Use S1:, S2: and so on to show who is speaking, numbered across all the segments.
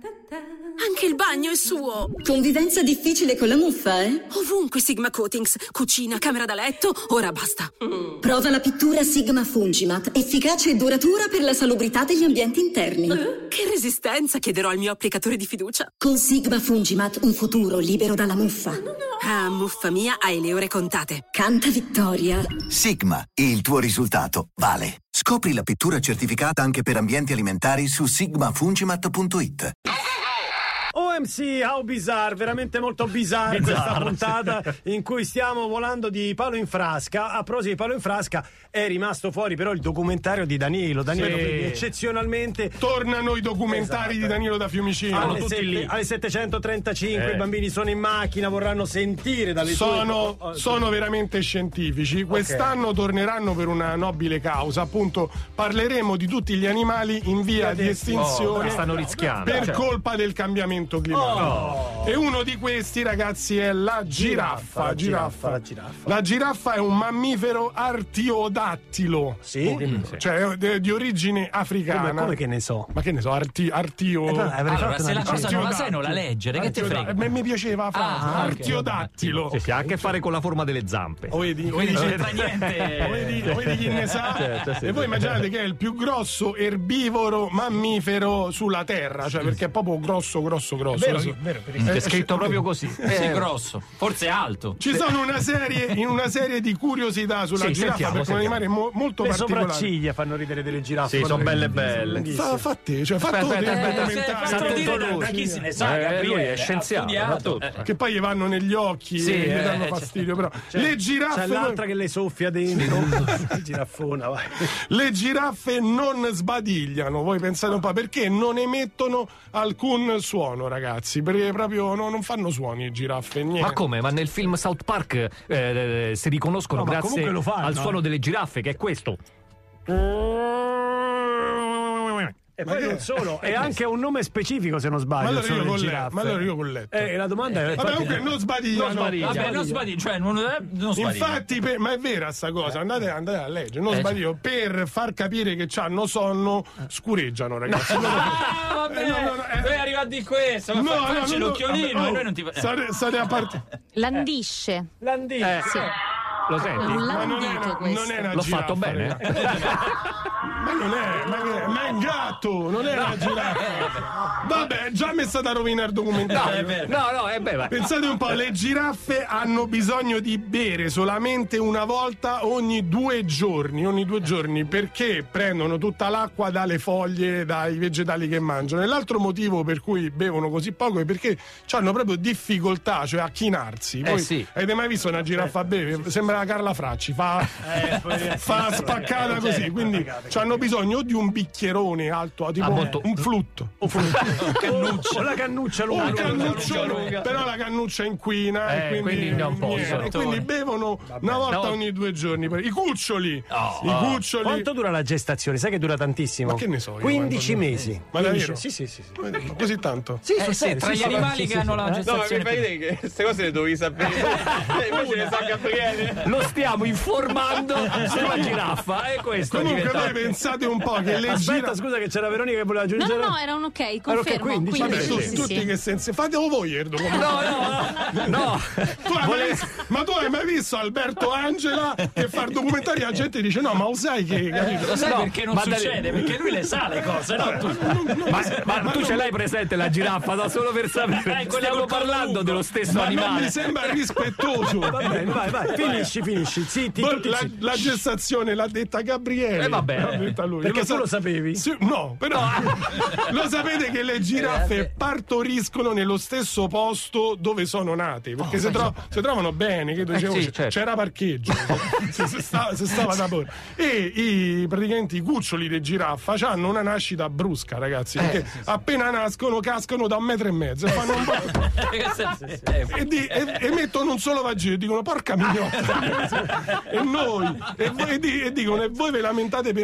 S1: Anche il bagno è suo.
S2: Convivenza difficile con la muffa, eh?
S1: Ovunque Sigma Coatings. Cucina, camera da letto, ora basta.
S2: Prova la pittura Sigma Fungimat, efficace e duratura per la salubrità degli ambienti interni.
S1: Che resistenza, chiederò al mio applicatore di fiducia.
S2: Con Sigma Fungimat un futuro libero dalla muffa.
S1: Ah, muffa mia, hai le ore contate.
S2: Canta vittoria.
S3: Sigma, il tuo risultato vale. Scopri la pittura certificata anche per ambienti alimentari su sigmafungimat.it.
S4: OMC, how bizarre, veramente molto bizarre questa puntata in cui stiamo volando di palo in frasca. A proposito di palo in frasca, è rimasto fuori però il documentario di Danilo. Danilo, quindi eccezionalmente
S5: tornano i documentari di Danilo da Fiumicino.
S4: Alle 7:35 i bambini sono in macchina, vorranno sentire dalle
S5: sono veramente scientifici. Quest'anno torneranno per una nobile causa, appunto parleremo di tutti gli animali in via di estinzione
S6: stanno rischiando
S5: per colpa del cambiamento climatico. E uno di questi, ragazzi, è la giraffa. La giraffa è un mammifero artiodattilo.
S4: Sì?
S5: Cioè di origine africana.
S4: Come che ne so?
S5: Ma che ne so, artio.
S7: Allora, se la cosa non la sai, non la leggere, che te frega?
S5: Mi piaceva la frase. Artiodattilo.
S6: Sì, ha a che fare con la forma delle zampe.
S5: Vedi
S7: c'entra niente.
S5: Vedi chi ne sa?
S6: Certo,
S5: e voi immaginate che è il più grosso erbivoro mammifero sulla terra, cioè perché è proprio grosso.
S4: Vero,
S6: È scritto proprio così.
S7: Sì, grosso, forse alto.
S5: Ci sono una serie di curiosità sulla giraffa, perché è un animale molto
S4: le
S5: particolare.
S4: sopracciglia fanno ridere delle giraffe.
S6: Sì, sono belle.
S5: Fatto
S7: Da chi se ne sa?
S6: Lui è scienziato.
S5: Che poi gli vanno negli occhi e mi danno fastidio. Però le giraffe.
S4: C'è l'altra che le soffia dentro. Giraffona, vai.
S5: Le giraffe non sbadigliano. Voi pensate un po' perché non emettono alcun suono, ragazzi, perché proprio non fanno suoni giraffe, niente.
S6: Ma come? Ma nel film South Park si riconoscono grazie al suono delle giraffe, che è questo.
S4: E poi non solo, è anche un nome specifico, se non sbaglio.
S5: Ma allora io con letto.
S4: La domanda è.
S5: Vabbè, comunque non sbadigliano.
S7: Non sbadì, cioè non sbadì.
S5: Infatti, ma è vera sta cosa, andate a leggere. Non sbaglio, per far capire che c'hanno sonno, scureggiano, ragazzi.
S7: Vabbè, noi arrivati di questo, ma facci l'occhiolino e noi non ti.
S5: State a parte.
S8: Landisce.
S4: Sì.
S6: Lo senti?
S8: Un landito questo.
S5: Non è una
S6: L'ho
S5: giraffa,
S6: fatto bene?
S5: Ma non è, ma è un gatto, non è una giraffa. Vabbè, già mi è stata rovinare il documentario.
S6: No,
S5: Pensate un po', le giraffe hanno bisogno di bere solamente una volta ogni 2 giorni, perché prendono tutta l'acqua dalle foglie, dai vegetali che mangiano. E l'altro motivo per cui bevono così poco è perché hanno proprio difficoltà, cioè a chinarsi. Voi avete mai visto una giraffa bere? Sembra Carla Fracci, fa spaccata così, quindi hanno bisogno di un bicchierone alto, tipo un flutto.
S4: O la cannuccia lunga.
S5: Però la cannuccia inquina e quindi
S6: non possono.
S5: E quindi bevono una volta ogni 2 giorni. I cuccioli.
S4: Quanto dura la gestazione? Sai che dura tantissimo?
S5: Ma che ne so io,
S4: 15 mesi.
S5: Ma davvero?
S4: Sì.
S5: Così tanto?
S4: Sì,
S7: tra gli animali che hanno la gestazione.
S9: No, ma mi fai vedere che queste cose le dovevi sapere. Invece le sa Gabriele.
S6: Lo stiamo informando sulla giraffa, è questo.
S5: Comunque voi pensate un po' che le
S4: Aspetta, scusa che c'era Veronica che voleva aggiungere.
S8: No, era un ok, confermo.
S4: 15.
S5: Vabbè, tutti
S8: sì.
S5: che senso fate voi il documentario.
S6: No.
S5: Ma tu hai mai visto Alberto Angela che fa il documentario e la gente dice no, ma lo sai che, capito?
S7: Lo sai perché non succede? Perché lui le sa le cose, no?
S6: Ma tu ce l'hai presente la giraffa, no? Solo per sapere. Stiamo parlando dello stesso animale.
S5: Non mi sembra rispettoso.
S4: Va bene, vai, finisci. Zitti,
S5: la gestazione l'ha detta Gabriele.
S6: Vabbè.
S5: L'ha detta lui.
S4: Perché tu lo sapevi?
S5: Sì, no, però lo sapete che le giraffe partoriscono nello stesso posto dove sono nate, perché si trovano bene, che dicevo, c'era parcheggio, se stava da porre. E praticamente i cuccioli di giraffa hanno una nascita brusca, ragazzi, perché appena nascono cascano da 1,5 metri e fanno un po'. E mettono un solo vagino e dicono porca mignotta. E noi e dicono e voi ve lamentate per uno schiaffone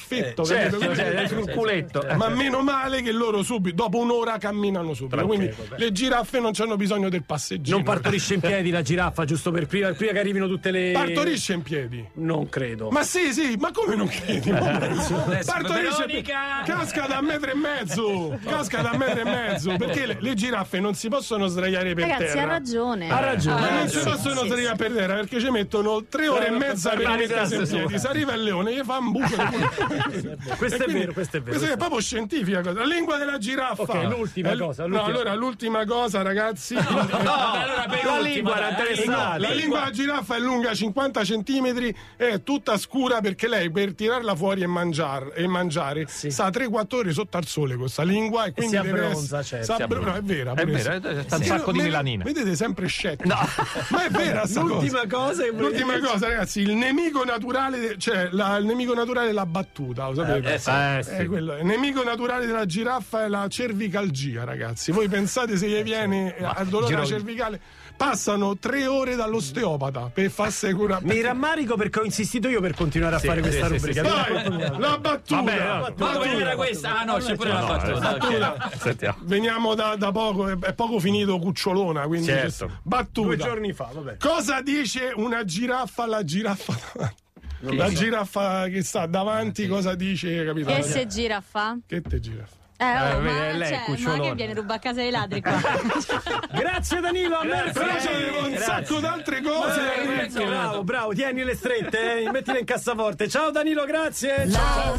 S5: perfetto,
S6: certo, sul culetto.
S5: Ma meno male che loro subito, dopo un'ora camminano subito. Quindi le giraffe non hanno bisogno del passeggino.
S4: Non partorisce in piedi la giraffa, giusto per prima che arrivino tutte le...
S5: Partorisce in piedi.
S4: Non credo.
S5: Ma sì, ma come non credi? Partorisce in piedi. Casca da 1,5 metri. Casca da 1,5 metri. Perché le giraffe non si possono sdraiare per
S8: Ragazzi,
S5: terra.
S8: ha ragione.
S4: Ha ragione.
S5: Ma non si possono sdraiare per terra perché ci mettono 3 ore e mezza per mettersi in piedi. Se arriva il leone, gli fa un buco.
S4: Questo è vero.
S5: Questa è proprio scientifica cosa. La lingua della giraffa.
S4: Ok, l'ultima cosa.
S5: No, allora l'ultima cosa, ragazzi.
S6: La lingua era interessante.
S5: La lingua della giraffa è lunga 50 centimetri, è tutta scura perché lei per tirarla fuori e mangiare sta 3-4 ore sotto al sole con questa lingua e quindi
S4: si abbronza, certo.
S5: No, è vera.
S6: È vero, c'è un sacco di melanina.
S5: Vedete sempre scettici. No. Ma è vera sta
S4: L'ultima cosa,
S5: ragazzi, il nemico naturale, cioè il nemico naturale è la battuta, lo sapete? Quello. Il nemico naturale della giraffa è la cervicalgia, ragazzi. Voi pensate se gli viene al dolore alla cervicale? Passano 3 ore dall'osteopata per far sicurare.
S4: Mi rammarico perché ho insistito io per continuare a fare questa rubrica.
S5: La battuta.
S7: Vabbè, era questa. Ah no, c'è pure la battuta.
S5: Veniamo da poco, è poco finito Cucciolona, quindi
S6: certo.
S5: Battuta.
S4: 2 giorni fa, vabbè.
S5: Cosa dice una giraffa alla giraffa davanti? La giraffa che sta davanti, cosa dice, capito?
S8: Che se giraffa?
S5: Che te giraffa?
S8: Ma che viene ruba a casa dei ladri qua.
S4: Grazie Danilo, a
S5: Però c'avevo un sacco d'altre cose.
S4: Bravo, tienile strette, mettile in cassaforte. Ciao Danilo, grazie. Ciao.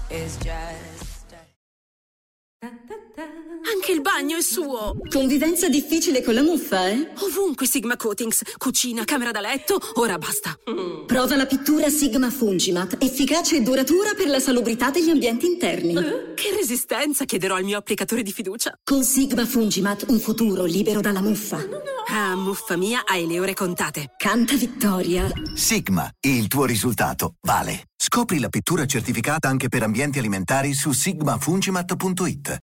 S1: Anche il bagno è suo.
S2: Convivenza difficile con la muffa, eh?
S1: Ovunque Sigma Coatings. Cucina, camera da letto, ora basta.
S2: Prova la pittura Sigma Fungimat, efficace e duratura per la salubrità degli ambienti interni.
S1: Che resistenza, chiederò al mio applicatore di fiducia.
S2: Con Sigma Fungimat un futuro libero dalla muffa.
S1: Ah, muffa mia, hai le ore contate.
S2: Canta vittoria.
S3: Sigma, il tuo risultato vale. Scopri la pittura certificata anche per ambienti alimentari su sigmafungimat.it.